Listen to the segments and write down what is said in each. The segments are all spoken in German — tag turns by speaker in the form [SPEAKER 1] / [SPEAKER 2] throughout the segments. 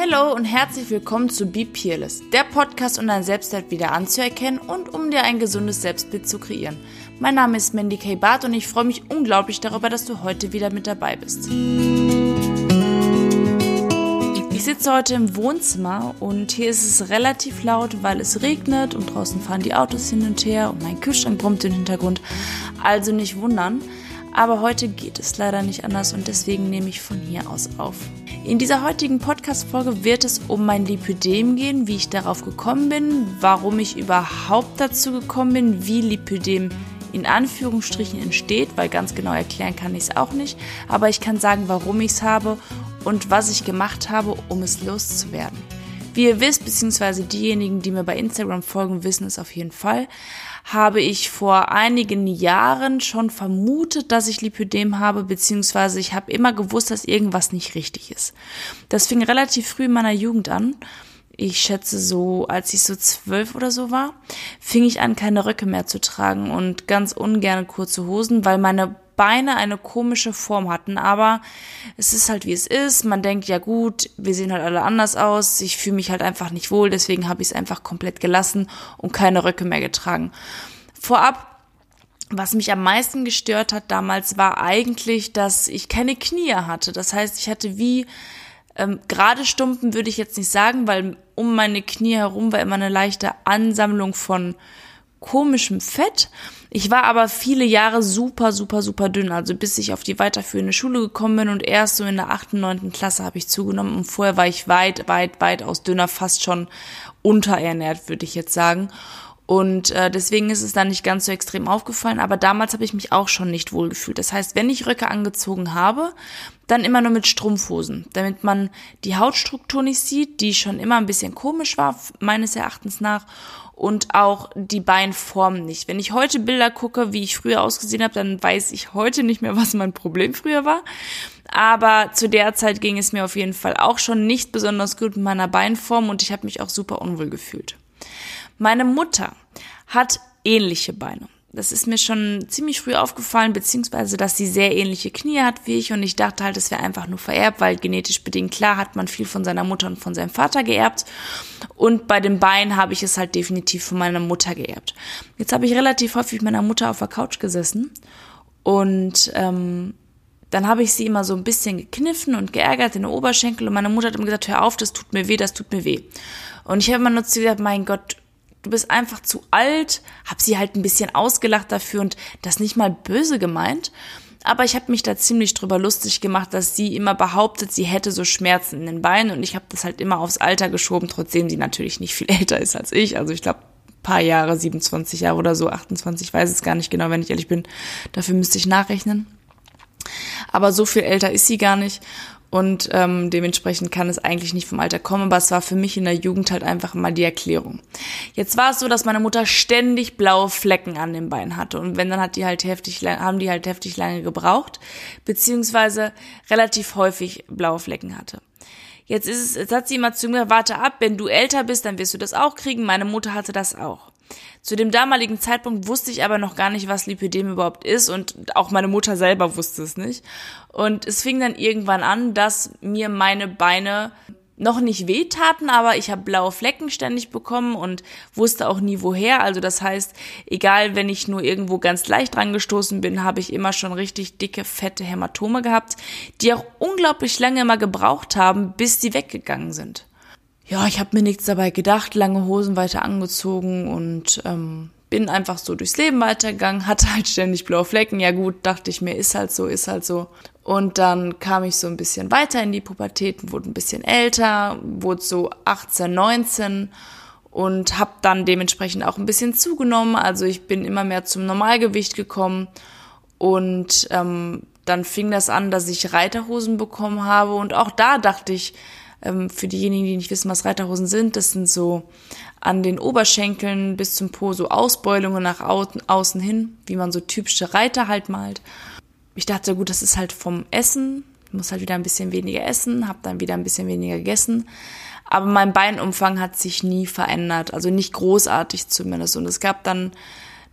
[SPEAKER 1] Hallo und herzlich willkommen zu Be Peerless, der Podcast, um deinen Selbstwert wieder anzuerkennen und um dir ein gesundes Selbstbild zu kreieren. Mein Name ist Mandy K. Barth und ich freue mich unglaublich darüber, dass du heute wieder mit dabei bist. Ich sitze heute im Wohnzimmer und hier ist es relativ laut, weil es regnet und draußen fahren die Autos hin und her und mein Kühlschrank brummt im Hintergrund, also nicht wundern. Aber heute geht es leider nicht anders und deswegen nehme ich von hier aus auf. In dieser heutigen Podcast-Folge wird es um mein Lipödem gehen, wie ich darauf gekommen bin, warum ich überhaupt dazu gekommen bin, wie Lipödem in Anführungsstrichen entsteht, weil ganz genau erklären kann ich es auch nicht, aber ich kann sagen, warum ich es habe und was ich gemacht habe, um es loszuwerden. Wie ihr wisst, beziehungsweise diejenigen, die mir bei Instagram folgen, wissen es auf jeden Fall, habe ich vor einigen Jahren schon vermutet, dass ich Lipödem habe, beziehungsweise ich habe immer gewusst, dass irgendwas nicht richtig ist. Das fing relativ früh in meiner Jugend an. Ich schätze so, als ich so 12 oder so war, fing ich an, keine Röcke mehr zu tragen und ganz ungern kurze Hosen, weil meine Beine eine komische Form hatten, aber es ist halt wie es ist, man denkt, ja gut, wir sehen halt alle anders aus, ich fühle mich halt einfach nicht wohl, deswegen habe ich es einfach komplett gelassen und keine Röcke mehr getragen. Vorab, was mich am meisten gestört hat damals, war eigentlich, dass ich keine Knie hatte, das heißt, ich hatte wie gerade Stumpen würde ich jetzt nicht sagen, weil um meine Knie herum war immer eine leichte Ansammlung von komischem Fett. Ich war aber viele Jahre super dünn, also bis ich auf die weiterführende Schule gekommen bin und erst so in der 8., 9. Klasse habe ich zugenommen und vorher war ich weitaus dünner, fast schon unterernährt, würde ich jetzt sagen. Und deswegen ist es dann nicht ganz so extrem aufgefallen, aber damals habe ich mich auch schon nicht wohl gefühlt. Das heißt, wenn ich Röcke angezogen habe, dann immer nur mit Strumpfhosen, damit man die Hautstruktur nicht sieht, die schon immer ein bisschen komisch war, meines Erachtens nach, und auch die Beinform nicht. Wenn ich heute Bilder gucke, wie ich früher ausgesehen habe, dann weiß ich heute nicht mehr, was mein Problem früher war. Aber zu der Zeit ging es mir auf jeden Fall auch schon nicht besonders gut mit meiner Beinform und ich habe mich auch super unwohl gefühlt. Meine Mutter hat ähnliche Beine. Das ist mir schon ziemlich früh aufgefallen, beziehungsweise, dass sie sehr ähnliche Knie hat wie ich und ich dachte halt, es wäre einfach nur vererbt, weil genetisch bedingt, klar, hat man viel von seiner Mutter und von seinem Vater geerbt und bei den Beinen habe ich es halt definitiv von meiner Mutter geerbt. Jetzt habe ich relativ häufig mit meiner Mutter auf der Couch gesessen und dann habe ich sie immer so ein bisschen gekniffen und geärgert in den Oberschenkel und meine Mutter hat immer gesagt, hör auf, das tut mir weh. Und ich habe immer nur zu ihr gesagt, mein Gott, du bist einfach zu alt, habe sie halt ein bisschen ausgelacht dafür und das nicht mal böse gemeint, aber ich habe mich da ziemlich drüber lustig gemacht, dass sie immer behauptet, sie hätte so Schmerzen in den Beinen und ich habe das halt immer aufs Alter geschoben, trotzdem sie natürlich nicht viel älter ist als ich, also ich glaube ein paar Jahre, 27 Jahre oder so, 28, ich weiß es gar nicht genau, wenn ich ehrlich bin, dafür müsste ich nachrechnen, aber so viel älter ist sie gar nicht. Und dementsprechend kann es eigentlich nicht vom Alter kommen, aber es war für mich in der Jugend halt einfach mal die Erklärung. Jetzt war es so, dass meine Mutter ständig blaue Flecken an den Beinen hatte und wenn, dann haben die halt heftig lange gebraucht, beziehungsweise relativ häufig blaue Flecken hatte. Jetzt hat sie immer zu mir gesagt, warte ab, wenn du älter bist, dann wirst du das auch kriegen. Meine Mutter hatte das auch. Zu dem damaligen Zeitpunkt wusste ich aber noch gar nicht, was Lipödem überhaupt ist und auch meine Mutter selber wusste es nicht. Und es fing dann irgendwann an, dass mir meine Beine noch nicht wehtaten, aber ich habe blaue Flecken ständig bekommen und wusste auch nie woher. Also das heißt, egal, wenn ich nur irgendwo ganz leicht dran gestoßen bin, habe ich immer schon richtig dicke, fette Hämatome gehabt, die auch unglaublich lange immer gebraucht haben, bis die weggegangen sind. Ja, ich habe mir nichts dabei gedacht, lange Hosen weiter angezogen und bin einfach so durchs Leben weitergegangen, hatte halt ständig blaue Flecken. Ja gut, dachte ich mir, ist halt so. Und dann kam ich so ein bisschen weiter in die Pubertät, wurde ein bisschen älter, wurde so 18, 19 und habe dann dementsprechend auch ein bisschen zugenommen. Also ich bin immer mehr zum Normalgewicht gekommen und dann fing das an, dass ich Reiterhosen bekommen habe und auch da dachte ich, für diejenigen, die nicht wissen, was Reiterhosen sind, das sind so an den Oberschenkeln bis zum Po so Ausbeulungen nach außen hin, wie man so typische Reiter halt malt. Ich dachte, gut, das ist halt vom Essen, ich muss halt wieder ein bisschen weniger essen, habe dann wieder ein bisschen weniger gegessen. Aber mein Beinumfang hat sich nie verändert, also nicht großartig zumindest. Und es gab dann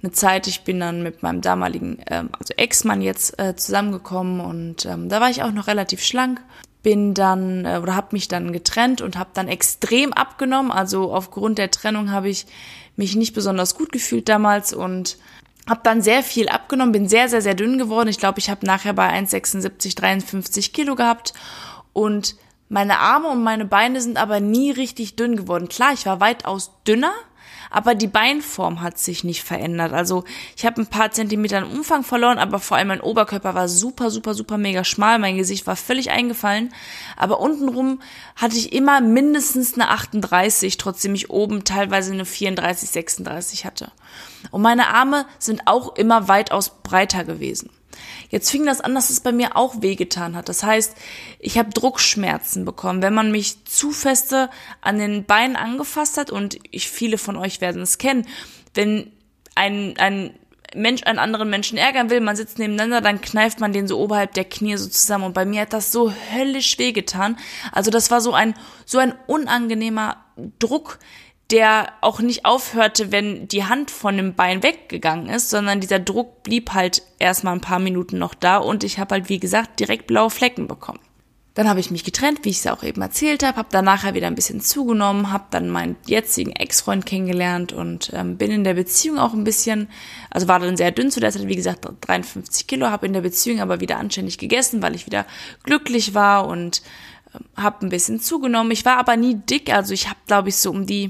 [SPEAKER 1] eine Zeit. Ich bin dann mit meinem damaligen, also Ex-Mann jetzt zusammengekommen und da war ich auch noch relativ schlank. Bin dann oder habe mich dann getrennt und habe dann extrem abgenommen. Also aufgrund der Trennung habe ich mich nicht besonders gut gefühlt damals und habe dann sehr viel abgenommen, bin sehr, sehr, sehr dünn geworden. Ich glaube, ich habe nachher bei 1,76 53 Kilo gehabt und meine Arme und meine Beine sind aber nie richtig dünn geworden. Klar, ich war weitaus dünner, aber die Beinform hat sich nicht verändert. Also ich habe ein paar Zentimeter an Umfang verloren, aber vor allem mein Oberkörper war super, super, super mega schmal. Mein Gesicht war völlig eingefallen, aber untenrum hatte ich immer mindestens eine 38, trotzdem ich oben teilweise eine 34, 36 hatte. Und meine Arme sind auch immer weitaus breiter gewesen. Jetzt fing das an, dass es bei mir auch wehgetan hat. Das heißt, ich habe Druckschmerzen bekommen. Wenn man mich zu feste an den Beinen angefasst hat, und viele von euch werden es kennen, wenn ein Mensch einen anderen Menschen ärgern will, man sitzt nebeneinander, dann kneift man den so oberhalb der Knie so zusammen. Und bei mir hat das so höllisch wehgetan. Also das war so ein unangenehmer Druck, der auch nicht aufhörte, wenn die Hand von dem Bein weggegangen ist, sondern dieser Druck blieb halt erstmal ein paar Minuten noch da und ich habe halt, wie gesagt, direkt blaue Flecken bekommen. Dann habe ich mich getrennt, wie ich es ja auch eben erzählt habe dann nachher wieder ein bisschen zugenommen, habe dann meinen jetzigen Ex-Freund kennengelernt und bin in der Beziehung auch ein bisschen, also war dann sehr dünn zu der Zeit, wie gesagt 53 Kilo, habe in der Beziehung aber wieder anständig gegessen, weil ich wieder glücklich war und habe ein bisschen zugenommen. Ich war aber nie dick, also ich habe, glaube ich, so um die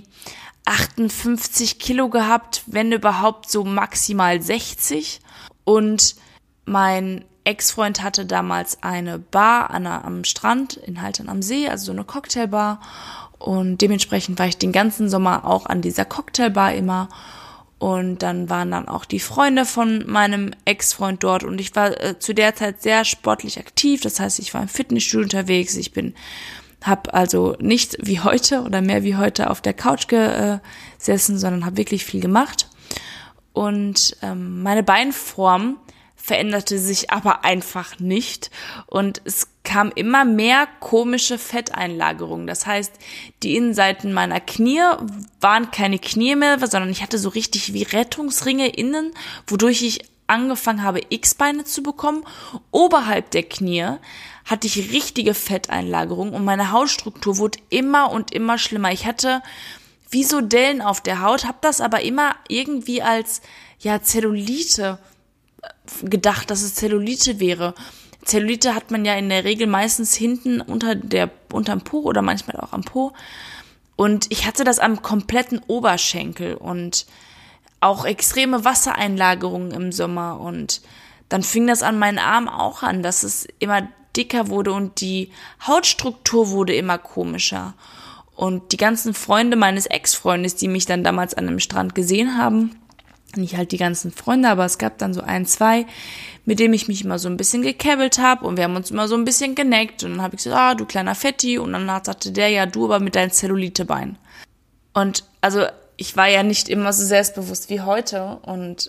[SPEAKER 1] 58 Kilo gehabt, wenn überhaupt so maximal 60. Und mein Ex-Freund hatte damals eine Bar am Strand in Haltern am See, also so eine Cocktailbar. Und dementsprechend war ich den ganzen Sommer auch an dieser Cocktailbar immer. Und dann waren dann auch die Freunde von meinem Ex-Freund dort und ich war zu der Zeit sehr sportlich aktiv, das heißt, ich war im Fitnessstudio unterwegs, habe also nicht wie heute oder mehr wie heute auf der Couch gesessen, sondern habe wirklich viel gemacht und meine Beinform veränderte sich aber einfach nicht und es kam immer mehr komische Fetteinlagerungen. Das heißt, die Innenseiten meiner Knie waren keine Knie mehr, sondern ich hatte so richtig wie Rettungsringe innen, wodurch ich angefangen habe, X-Beine zu bekommen. Oberhalb der Knie hatte ich richtige Fetteinlagerungen und meine Hautstruktur wurde immer und immer schlimmer. Ich hatte wie so Dellen auf der Haut, habe das aber immer irgendwie als Zellulite gedacht, dass es Zellulite wäre. Zellulite hat man ja in der Regel meistens hinten unterm Po oder manchmal auch am Po. Und ich hatte das am kompletten Oberschenkel und auch extreme Wassereinlagerungen im Sommer. Und dann fing das an meinen Armen auch an, dass es immer dicker wurde und die Hautstruktur wurde immer komischer. Und die ganzen Freunde meines Ex-Freundes, die mich dann damals an einem Strand gesehen haben, nicht halt die ganzen Freunde, aber es gab dann so 1, 2, mit dem ich mich immer so ein bisschen gekäbbelt habe und wir haben uns immer so ein bisschen geneckt und dann habe ich gesagt, du kleiner Fetti und dann sagte der, ja du aber mit deinen Zellulitebeinen. Und also ich war ja nicht immer so selbstbewusst wie heute und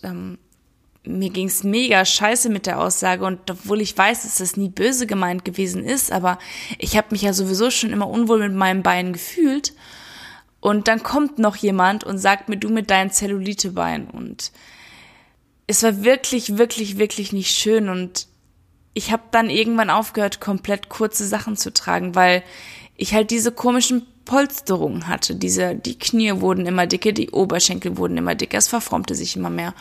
[SPEAKER 1] mir ging's mega scheiße mit der Aussage und obwohl ich weiß, dass das nie böse gemeint gewesen ist, aber ich habe mich ja sowieso schon immer unwohl mit meinen Beinen gefühlt. Und dann kommt noch jemand und sagt mir, du mit deinen Zellulitebeinen. Und es war wirklich, wirklich, wirklich nicht schön. Und ich habe dann irgendwann aufgehört, komplett kurze Sachen zu tragen, weil ich halt diese komischen Polsterungen hatte. Die Knie wurden immer dicker, die Oberschenkel wurden immer dicker, es verformte sich immer mehr.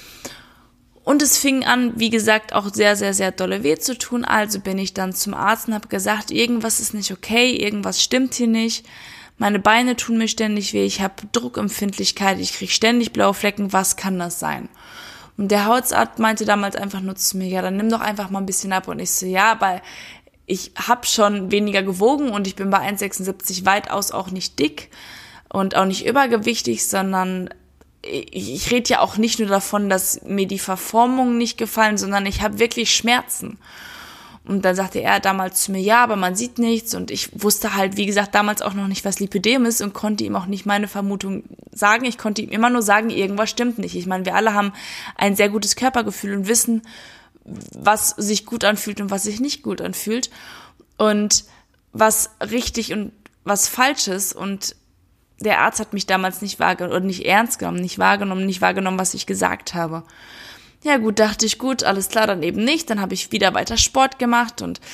[SPEAKER 1] Und es fing an, wie gesagt, auch sehr, sehr, sehr dolle weh zu tun. Also bin ich dann zum Arzt und habe gesagt, irgendwas ist nicht okay, irgendwas stimmt hier nicht. Meine Beine tun mir ständig weh, ich habe Druckempfindlichkeit, ich kriege ständig blaue Flecken, was kann das sein? Und der Hautarzt meinte damals einfach nur zu mir, ja, dann nimm doch einfach mal ein bisschen ab. Und ich so, ja, aber ich habe schon weniger gewogen und ich bin bei 1,76 weitaus auch nicht dick und auch nicht übergewichtig, sondern ich rede ja auch nicht nur davon, dass mir die Verformungen nicht gefallen, sondern ich habe wirklich Schmerzen. Und dann sagte er damals zu mir, ja, aber man sieht nichts. Und ich wusste halt, wie gesagt, damals auch noch nicht, was Lipödem ist und konnte ihm auch nicht meine Vermutung sagen. Ich konnte ihm immer nur sagen, irgendwas stimmt nicht. Ich meine, wir alle haben ein sehr gutes Körpergefühl und wissen, was sich gut anfühlt und was sich nicht gut anfühlt. Und was richtig und was falsch ist. Und der Arzt hat mich damals nicht wahrgenommen oder nicht ernst genommen, nicht wahrgenommen, was ich gesagt habe. Ja gut, dachte ich, gut, alles klar, dann eben nicht. Dann habe ich wieder weiter Sport gemacht und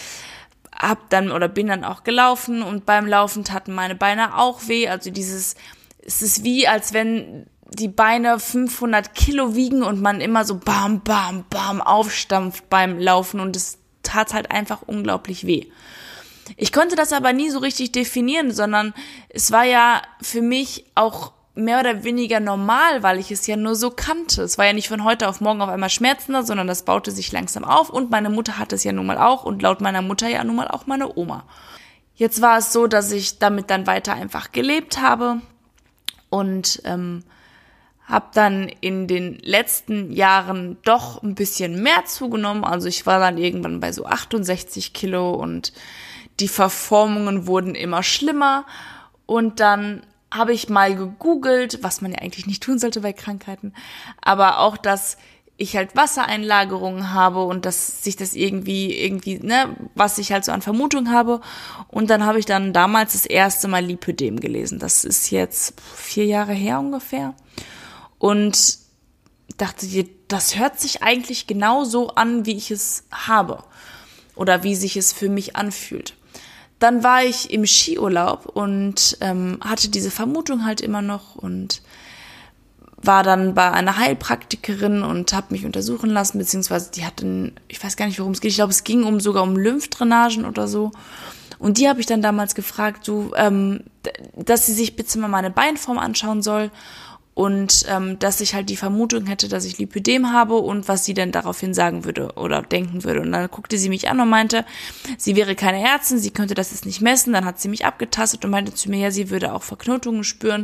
[SPEAKER 1] bin dann auch gelaufen und beim Laufen taten meine Beine auch weh. Also es ist wie, als wenn die Beine 500 Kilo wiegen und man immer so bam, bam, bam aufstampft beim Laufen und es tat halt einfach unglaublich weh. Ich konnte das aber nie so richtig definieren, sondern es war ja für mich auch mehr oder weniger normal, weil ich es ja nur so kannte. Es war ja nicht von heute auf morgen auf einmal schmerzender, sondern das baute sich langsam auf und meine Mutter hatte es ja nun mal auch und laut meiner Mutter ja nun mal auch meine Oma. Jetzt war es so, dass ich damit dann weiter einfach gelebt habe und habe dann in den letzten Jahren doch ein bisschen mehr zugenommen. Also ich war dann irgendwann bei so 68 Kilo und die Verformungen wurden immer schlimmer. Und dann habe ich mal gegoogelt, was man ja eigentlich nicht tun sollte bei Krankheiten, aber auch, dass ich halt Wassereinlagerungen habe und dass sich das irgendwie, was ich halt so an Vermutung habe. Und dann habe ich dann damals das erste Mal Lipödem gelesen. Das ist jetzt 4 Jahre her ungefähr. Und dachte, das hört sich eigentlich genau so an, wie ich es habe oder wie sich es für mich anfühlt. Dann war ich im Skiurlaub und hatte diese Vermutung halt immer noch und war dann bei einer Heilpraktikerin und habe mich untersuchen lassen, beziehungsweise die hatten, ich weiß gar nicht, worum es geht, ich glaube, es ging sogar um Lymphdrainagen oder so. Und die habe ich dann damals gefragt, dass sie sich bitte mal meine Beinform anschauen soll und dass ich halt die Vermutung hätte, dass ich Lipödem habe und was sie denn daraufhin sagen würde oder denken würde. Und dann guckte sie mich an und meinte, sie wäre keine Ärztin, sie könnte das jetzt nicht messen. Dann hat sie mich abgetastet und meinte zu mir, ja, sie würde auch Verknotungen spüren.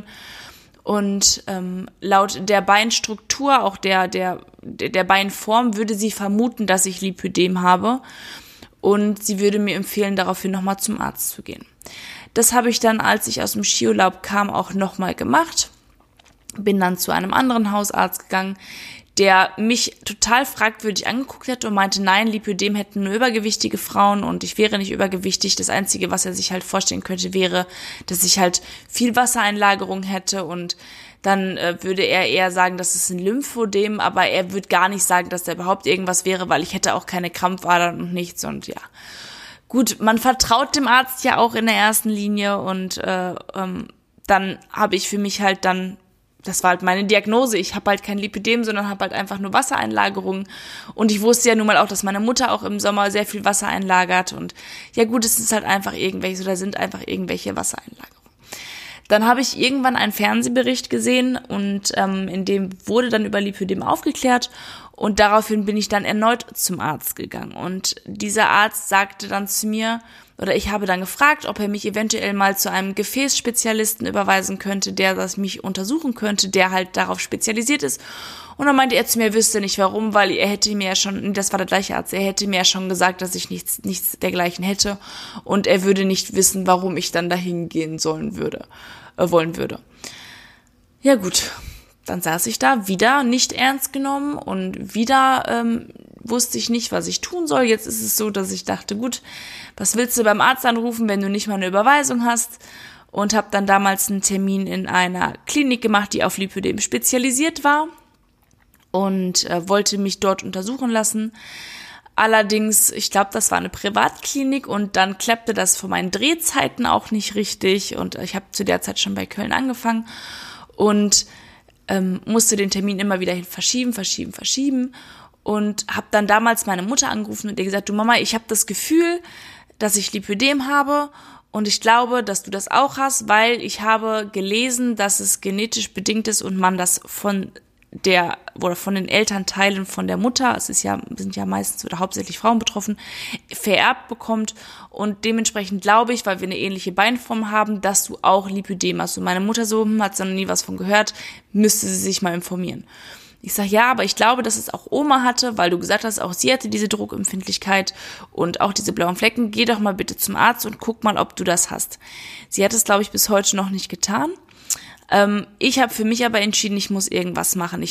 [SPEAKER 1] Und laut der Beinstruktur, auch der Beinform, würde sie vermuten, dass ich Lipödem habe. Und sie würde mir empfehlen, daraufhin nochmal zum Arzt zu gehen. Das habe ich dann, als ich aus dem Skiurlaub kam, auch nochmal gemacht. Bin dann zu einem anderen Hausarzt gegangen, der mich total fragwürdig angeguckt hat und meinte, nein, Lipödem hätten nur übergewichtige Frauen und ich wäre nicht übergewichtig. Das Einzige, was er sich halt vorstellen könnte, wäre, dass ich halt viel Wassereinlagerung hätte und dann würde er eher sagen, das ist ein Lymphödem, aber er würde gar nicht sagen, dass da überhaupt irgendwas wäre, weil ich hätte auch keine Krampfadern und nichts und ja. Gut, man vertraut dem Arzt ja auch in der ersten Linie und dann habe ich für mich halt dann, das war halt meine Diagnose, ich habe halt kein Lipödem, sondern habe halt einfach nur Wassereinlagerungen und ich wusste ja nun mal auch, dass meine Mutter auch im Sommer sehr viel Wasser einlagert und ja gut, es ist halt einfach sind einfach irgendwelche Wassereinlagerungen. Dann habe ich irgendwann einen Fernsehbericht gesehen und in dem wurde dann über Lipödem aufgeklärt und daraufhin bin ich dann erneut zum Arzt gegangen und dieser Arzt sagte dann zu mir, oder ich habe dann gefragt, ob er mich eventuell mal zu einem Gefäßspezialisten überweisen könnte, der das mich untersuchen könnte, der halt darauf spezialisiert ist. Und dann meinte er zu mir, er wüsste nicht warum, weil er hätte mir ja schon, das war der gleiche Arzt, er hätte mir ja schon gesagt, dass ich nichts dergleichen hätte und er würde nicht wissen, warum ich dann dahin gehen wollen würde. Ja gut, dann saß ich da, wieder nicht ernst genommen und wieder wusste ich nicht, was ich tun soll. Jetzt ist es so, dass ich dachte, gut, was willst du beim Arzt anrufen, wenn du nicht mal eine Überweisung hast? Und habe dann damals einen Termin in einer Klinik gemacht, die auf Lipödem spezialisiert war und wollte mich dort untersuchen lassen. Allerdings, ich glaube, das war eine Privatklinik und dann klappte das von meinen Drehzeiten auch nicht richtig und ich habe zu der Zeit schon bei Köln angefangen und musste den Termin immer wieder verschieben und habe dann damals meine Mutter angerufen und ihr gesagt, du Mama, ich habe das Gefühl, dass ich Lipödem habe und ich glaube, dass du das auch hast, weil ich habe gelesen, dass es genetisch bedingt ist und man das von den Elternteilen von der Mutter, sind ja meistens oder hauptsächlich Frauen betroffen, vererbt bekommt und dementsprechend glaube ich, weil wir eine ähnliche Beinform haben, dass du auch Lipödem hast. Und meine Mutter so, hat noch nie was von gehört, müsste sie sich mal informieren. Ich sage, ja, aber ich glaube, dass es auch Oma hatte, weil du gesagt hast, auch sie hatte diese Druckempfindlichkeit und auch diese blauen Flecken. Geh doch mal bitte zum Arzt und guck mal, ob du das hast. Sie hat es, glaube ich, bis heute noch nicht getan. Ich habe für mich aber entschieden, ich muss irgendwas machen.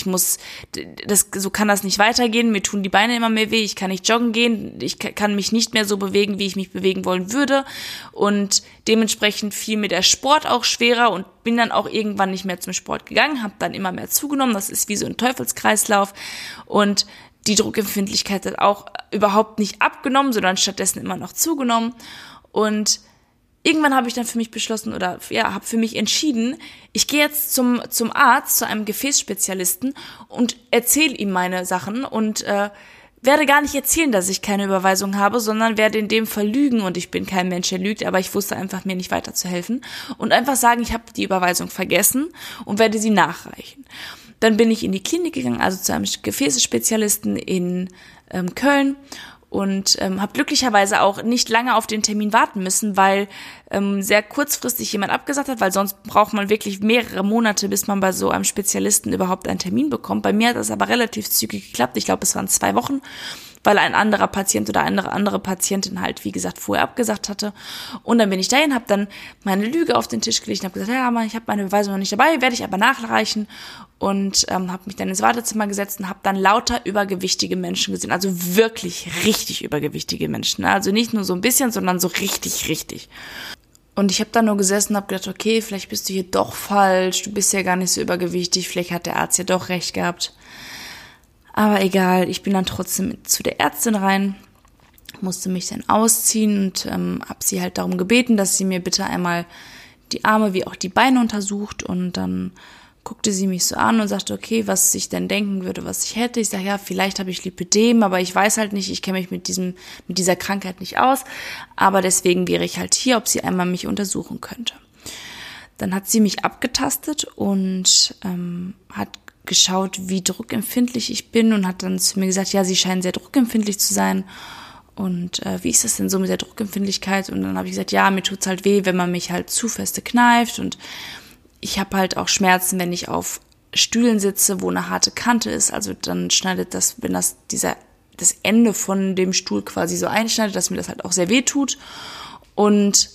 [SPEAKER 1] So kann das nicht weitergehen. Mir tun die Beine immer mehr weh. Ich kann nicht joggen gehen. Ich kann mich nicht mehr so bewegen, wie ich mich bewegen wollen würde. Und dementsprechend fiel mir der Sport auch schwerer und bin dann auch irgendwann nicht mehr zum Sport gegangen, habe dann immer mehr zugenommen. Das ist wie so ein Teufelskreislauf. Und die Druckempfindlichkeit hat auch überhaupt nicht abgenommen, sondern stattdessen immer noch zugenommen. Und irgendwann habe ich dann für mich beschlossen habe für mich entschieden, ich gehe jetzt zum Arzt, zu einem Gefäßspezialisten und erzähle ihm meine Sachen und werde gar nicht erzählen, dass ich keine Überweisung habe, sondern werde in dem Fall lügen und ich bin kein Mensch, der lügt, aber ich wusste einfach, mir nicht weiterzuhelfen und einfach sagen, ich habe die Überweisung vergessen und werde sie nachreichen. Dann bin ich in die Klinik gegangen, also zu einem Gefäßspezialisten in Köln. Und habe glücklicherweise auch nicht lange auf den Termin warten müssen, weil sehr kurzfristig jemand abgesagt hat, weil sonst braucht man wirklich mehrere Monate, bis man bei so einem Spezialisten überhaupt einen Termin bekommt. Bei mir hat das aber relativ zügig geklappt. Ich glaube, es waren 2 Wochen, weil ein anderer Patient oder eine andere Patientin halt, wie gesagt, vorher abgesagt hatte. Und dann bin ich dahin, habe dann meine Lüge auf den Tisch gelegt und habe gesagt, ja, ich habe meine Beweisung noch nicht dabei, werde ich aber nachreichen. Und habe mich dann ins Wartezimmer gesetzt und habe dann lauter übergewichtige Menschen gesehen. Also wirklich richtig übergewichtige Menschen. Also nicht nur so ein bisschen, sondern so richtig, richtig. Und ich habe dann nur gesessen und habe gedacht, okay, vielleicht bist du hier doch falsch. Du bist ja gar nicht so übergewichtig. Vielleicht hat der Arzt ja doch recht gehabt. Aber egal, ich bin dann trotzdem zu der Ärztin rein, musste mich dann ausziehen und habe sie halt darum gebeten, dass sie mir bitte einmal die Arme wie auch die Beine untersucht. Und dann guckte sie mich so an und sagte, okay, was ich denn denken würde, was ich hätte. Ich sage, ja, vielleicht habe ich Lipödem, aber ich weiß halt nicht, ich kenne mich mit dieser Krankheit nicht aus. Aber deswegen wäre ich halt hier, ob sie einmal mich untersuchen könnte. Dann hat sie mich abgetastet und hat geschaut, wie druckempfindlich ich bin und hat dann zu mir gesagt, ja, Sie scheinen sehr druckempfindlich zu sein. Und wie ist das denn so mit der Druckempfindlichkeit? Und dann habe ich gesagt, ja, mir tut's halt weh, wenn man mich halt zu feste kneift und ich habe halt auch Schmerzen, wenn ich auf Stühlen sitze, wo eine harte Kante ist. Also dann schneidet das, wenn das Ende von dem Stuhl quasi so einschneidet, dass mir das halt auch sehr weh tut. Und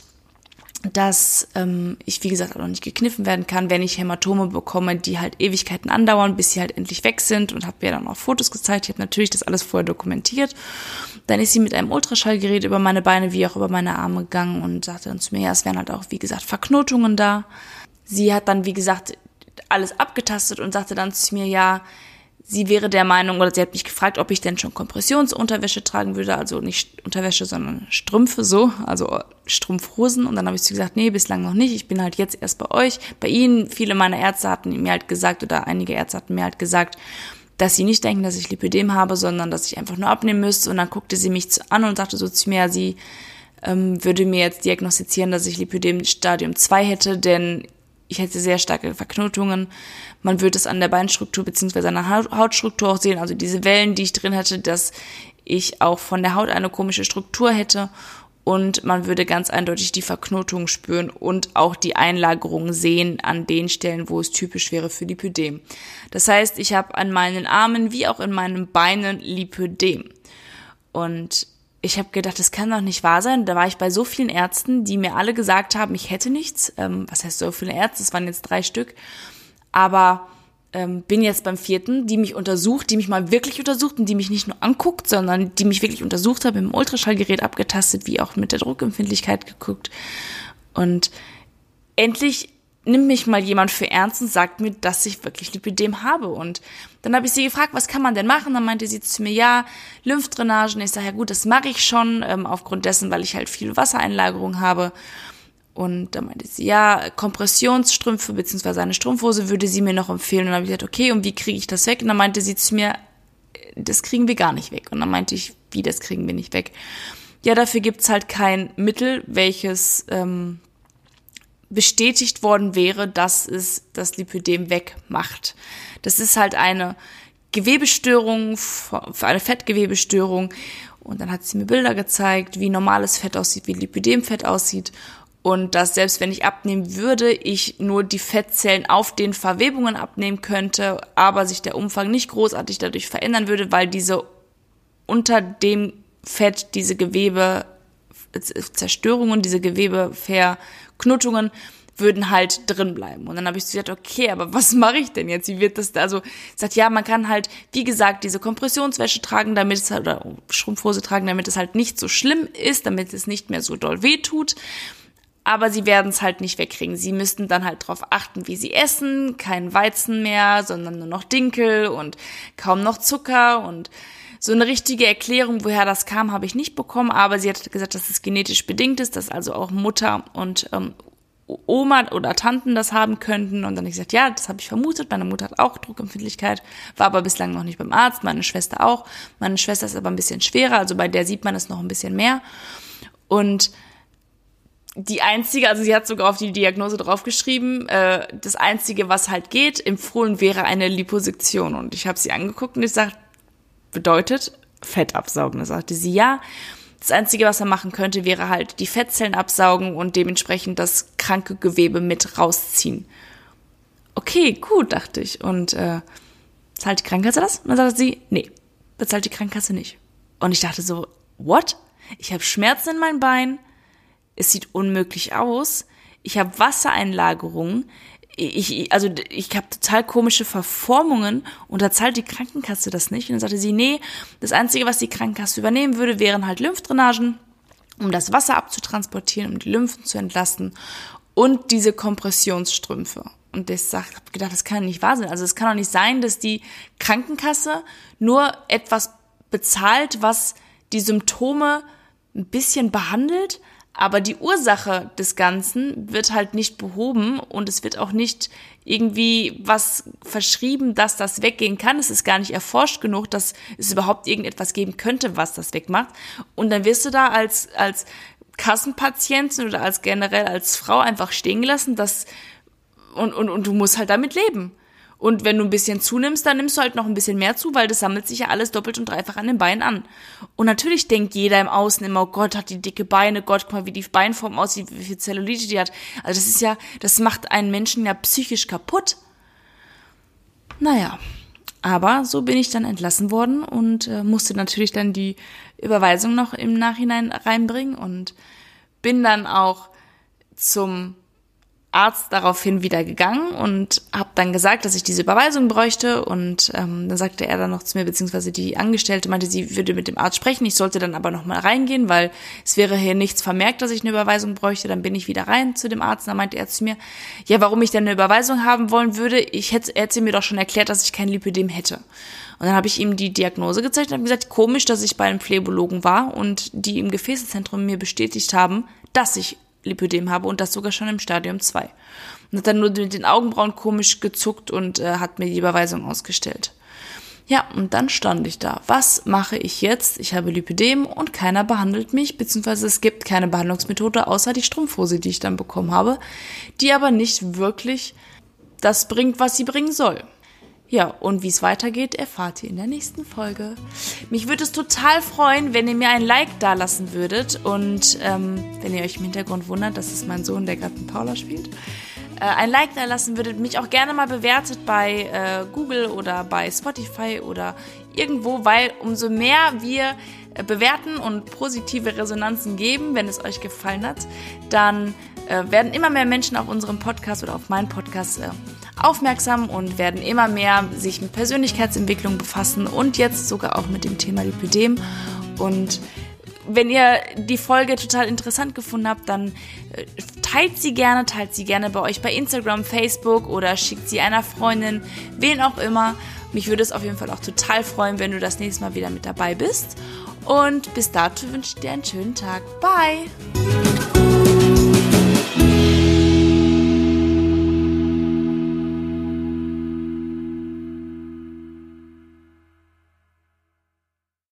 [SPEAKER 1] dass ich, wie gesagt, auch noch nicht gekniffen werden kann, wenn ich Hämatome bekomme, die halt Ewigkeiten andauern, bis sie halt endlich weg sind. Und habe mir dann auch Fotos gezeigt. Ich habe natürlich das alles vorher dokumentiert. Dann ist sie mit einem Ultraschallgerät über meine Beine wie auch über meine Arme gegangen und sagte dann zu mir, ja, es wären halt auch, wie gesagt, Verknotungen da. Sie hat dann, wie gesagt, alles abgetastet und sagte dann zu mir, ja, sie wäre der Meinung, oder sie hat mich gefragt, ob ich denn schon Kompressionsunterwäsche tragen würde, also nicht Unterwäsche, sondern Strümpfe so, also Strumpfhosen. Und dann habe ich zu ihr gesagt, nee, bislang noch nicht, ich bin halt jetzt erst bei euch. Bei Ihnen, viele meiner Ärzte hatten mir halt gesagt, oder einige Ärzte hatten mir halt gesagt, dass sie nicht denken, dass ich Lipödem habe, sondern dass ich einfach nur abnehmen müsste. Und dann guckte sie mich an und sagte so zu mir, sie würde mir jetzt diagnostizieren, dass ich Lipödem Stadium 2 hätte, denn ich hätte sehr starke Verknotungen. Man würde es an der Beinstruktur bzw. an der Hautstruktur auch sehen, also diese Wellen, die ich drin hätte, dass ich auch von der Haut eine komische Struktur hätte und man würde ganz eindeutig die Verknotung spüren und auch die Einlagerung sehen an den Stellen, wo es typisch wäre für Lipödem. Das heißt, ich habe an meinen Armen wie auch in meinen Beinen Lipödem. Und ich habe gedacht, das kann doch nicht wahr sein. Da war ich bei so vielen Ärzten, die mir alle gesagt haben, ich hätte nichts. Was heißt so viele Ärzte? Es waren jetzt 3 Stück. Aber bin jetzt beim 4., die mich untersucht, die mich mal wirklich untersucht und die mich nicht nur anguckt, sondern die mich wirklich untersucht hat, mit dem Ultraschallgerät abgetastet, wie auch mit der Druckempfindlichkeit geguckt. Und endlich nimmt mich mal jemand für ernst und sagt mir, dass ich wirklich Lipödem habe. Und dann habe ich sie gefragt, was kann man denn machen? Dann meinte sie zu mir, ja, Lymphdrainagen. Ich sage, ja gut, das mache ich schon, aufgrund dessen, weil ich halt viel Wassereinlagerung habe. Und dann meinte sie, ja, Kompressionsstrümpfe bzw. eine Strumpfhose würde sie mir noch empfehlen. Und dann habe ich gesagt, okay, und wie kriege ich das weg? Und dann meinte sie zu mir, das kriegen wir gar nicht weg. Und dann meinte ich, wie, das kriegen wir nicht weg? Ja, dafür gibt's halt kein Mittel, welches bestätigt worden wäre, dass es das Lipödem wegmacht. Das ist halt eine Gewebestörung, eine Fettgewebestörung. Und dann hat sie mir Bilder gezeigt, wie normales Fett aussieht, wie Lipödemfett aussieht. Und dass selbst wenn ich abnehmen würde, ich nur die Fettzellen auf den Verwebungen abnehmen könnte, aber sich der Umfang nicht großartig dadurch verändern würde, weil diese unter dem Fett diese Gewebezerstörungen, diese Gewebeverknotungen würden halt drin bleiben. Und dann habe ich so gesagt, okay, aber was mache ich denn jetzt? Wie wird das da? Also sagt, ja, man kann halt, wie gesagt, diese Kompressionswäsche tragen, damit es halt, oder Strumpfhose tragen, damit es halt nicht so schlimm ist, damit es nicht mehr so doll wehtut. Aber sie werden es halt nicht wegkriegen. Sie müssten dann halt darauf achten, wie sie essen. Kein Weizen mehr, sondern nur noch Dinkel und kaum noch Zucker. Und so eine richtige Erklärung, woher das kam, habe ich nicht bekommen. Aber sie hat gesagt, dass es genetisch bedingt ist, dass also auch Mutter und Oma oder Tanten das haben könnten. Und dann habe ich gesagt, ja, das habe ich vermutet. Meine Mutter hat auch Druckempfindlichkeit, war aber bislang noch nicht beim Arzt. Meine Schwester auch. Meine Schwester ist aber ein bisschen schwerer, also bei der sieht man es noch ein bisschen mehr. Und die einzige, also sie hat sogar auf die Diagnose draufgeschrieben, das Einzige, was halt geht, empfohlen wäre eine Liposektion. Und ich habe sie angeguckt und ich sage, bedeutet Fett absaugen. Da sagte sie, ja, das Einzige, was man machen könnte, wäre halt die Fettzellen absaugen und dementsprechend das kranke Gewebe mit rausziehen. Okay, gut, dachte ich. Und zahlt die Krankenkasse das? Und dann sagte sie, nee, bezahlt die Krankenkasse nicht. Und ich dachte so, what? Ich habe Schmerzen in meinem Bein, es sieht unmöglich aus, ich habe Wassereinlagerungen, ich habe total komische Verformungen und da zahlt die Krankenkasse das nicht. Und dann sagte sie, nee, das Einzige, was die Krankenkasse übernehmen würde, wären halt Lymphdrainagen, um das Wasser abzutransportieren, um die Lymphen zu entlasten und diese Kompressionsstrümpfe. Und ich habe gedacht, das kann nicht wahr sein. Also es kann doch nicht sein, dass die Krankenkasse nur etwas bezahlt, was die Symptome ein bisschen behandelt, aber die Ursache des Ganzen wird halt nicht behoben und es wird auch nicht irgendwie was verschrieben, dass das weggehen kann. Es ist gar nicht erforscht genug, dass es überhaupt irgendetwas geben könnte, was das wegmacht. Und dann wirst du da als Kassenpatientin oder generell als Frau einfach stehen gelassen, und du musst halt damit leben. Und wenn du ein bisschen zunimmst, dann nimmst du halt noch ein bisschen mehr zu, weil das sammelt sich ja alles doppelt und dreifach an den Beinen an. Und natürlich denkt jeder im Außen immer, oh Gott, hat die dicke Beine, Gott, guck mal, wie die Beinform aussieht, wie viel Zellulite die hat. Also das macht einen Menschen ja psychisch kaputt. Naja, aber so bin ich dann entlassen worden und musste natürlich dann die Überweisung noch im Nachhinein reinbringen und bin dann auch zum Arzt daraufhin wieder gegangen und habe dann gesagt, dass ich diese Überweisung bräuchte und dann sagte er dann noch zu mir, beziehungsweise die Angestellte meinte, sie würde mit dem Arzt sprechen, ich sollte dann aber nochmal reingehen, weil es wäre hier nichts vermerkt, dass ich eine Überweisung bräuchte. Dann bin ich wieder rein zu dem Arzt und dann meinte er zu mir, ja, warum ich denn eine Überweisung haben wollen würde, er hätte mir doch schon erklärt, dass ich kein Lipödem hätte. Und dann habe ich ihm die Diagnose gezeigt und habe gesagt, komisch, dass ich bei einem Phlebologen war und die im Gefäßezentrum mir bestätigt haben, dass ich Lipödem habe und das sogar schon im Stadium 2. Und hat dann nur mit den Augenbrauen komisch gezuckt und hat mir die Überweisung ausgestellt. Ja, und dann stand ich da. Was mache ich jetzt? Ich habe Lipödem und keiner behandelt mich, beziehungsweise es gibt keine Behandlungsmethode, außer die Strumpfhose, die ich dann bekommen habe, die aber nicht wirklich das bringt, was sie bringen soll. Ja, und wie es weitergeht, erfahrt ihr in der nächsten Folge. Mich würde es total freuen, wenn ihr mir ein Like dalassen würdet und wenn ihr euch im Hintergrund wundert, das ist mein Sohn, der gerade mit Paula spielt, ein Like dalassen würdet, mich auch gerne mal bewertet bei Google oder bei Spotify oder irgendwo, weil umso mehr wir bewerten und positive Resonanzen geben, wenn es euch gefallen hat, dann werden immer mehr Menschen auf unserem Podcast oder auf meinen Podcast aufmerksam und werden immer mehr sich mit Persönlichkeitsentwicklung befassen und jetzt sogar auch mit dem Thema Lipödem. Und wenn ihr die Folge total interessant gefunden habt, dann teilt sie gerne bei euch bei Instagram, Facebook oder schickt sie einer Freundin, wen auch immer. Mich würde es auf jeden Fall auch total freuen, wenn du das nächste Mal wieder mit dabei bist. Und bis dato wünsche ich dir einen schönen Tag. Bye!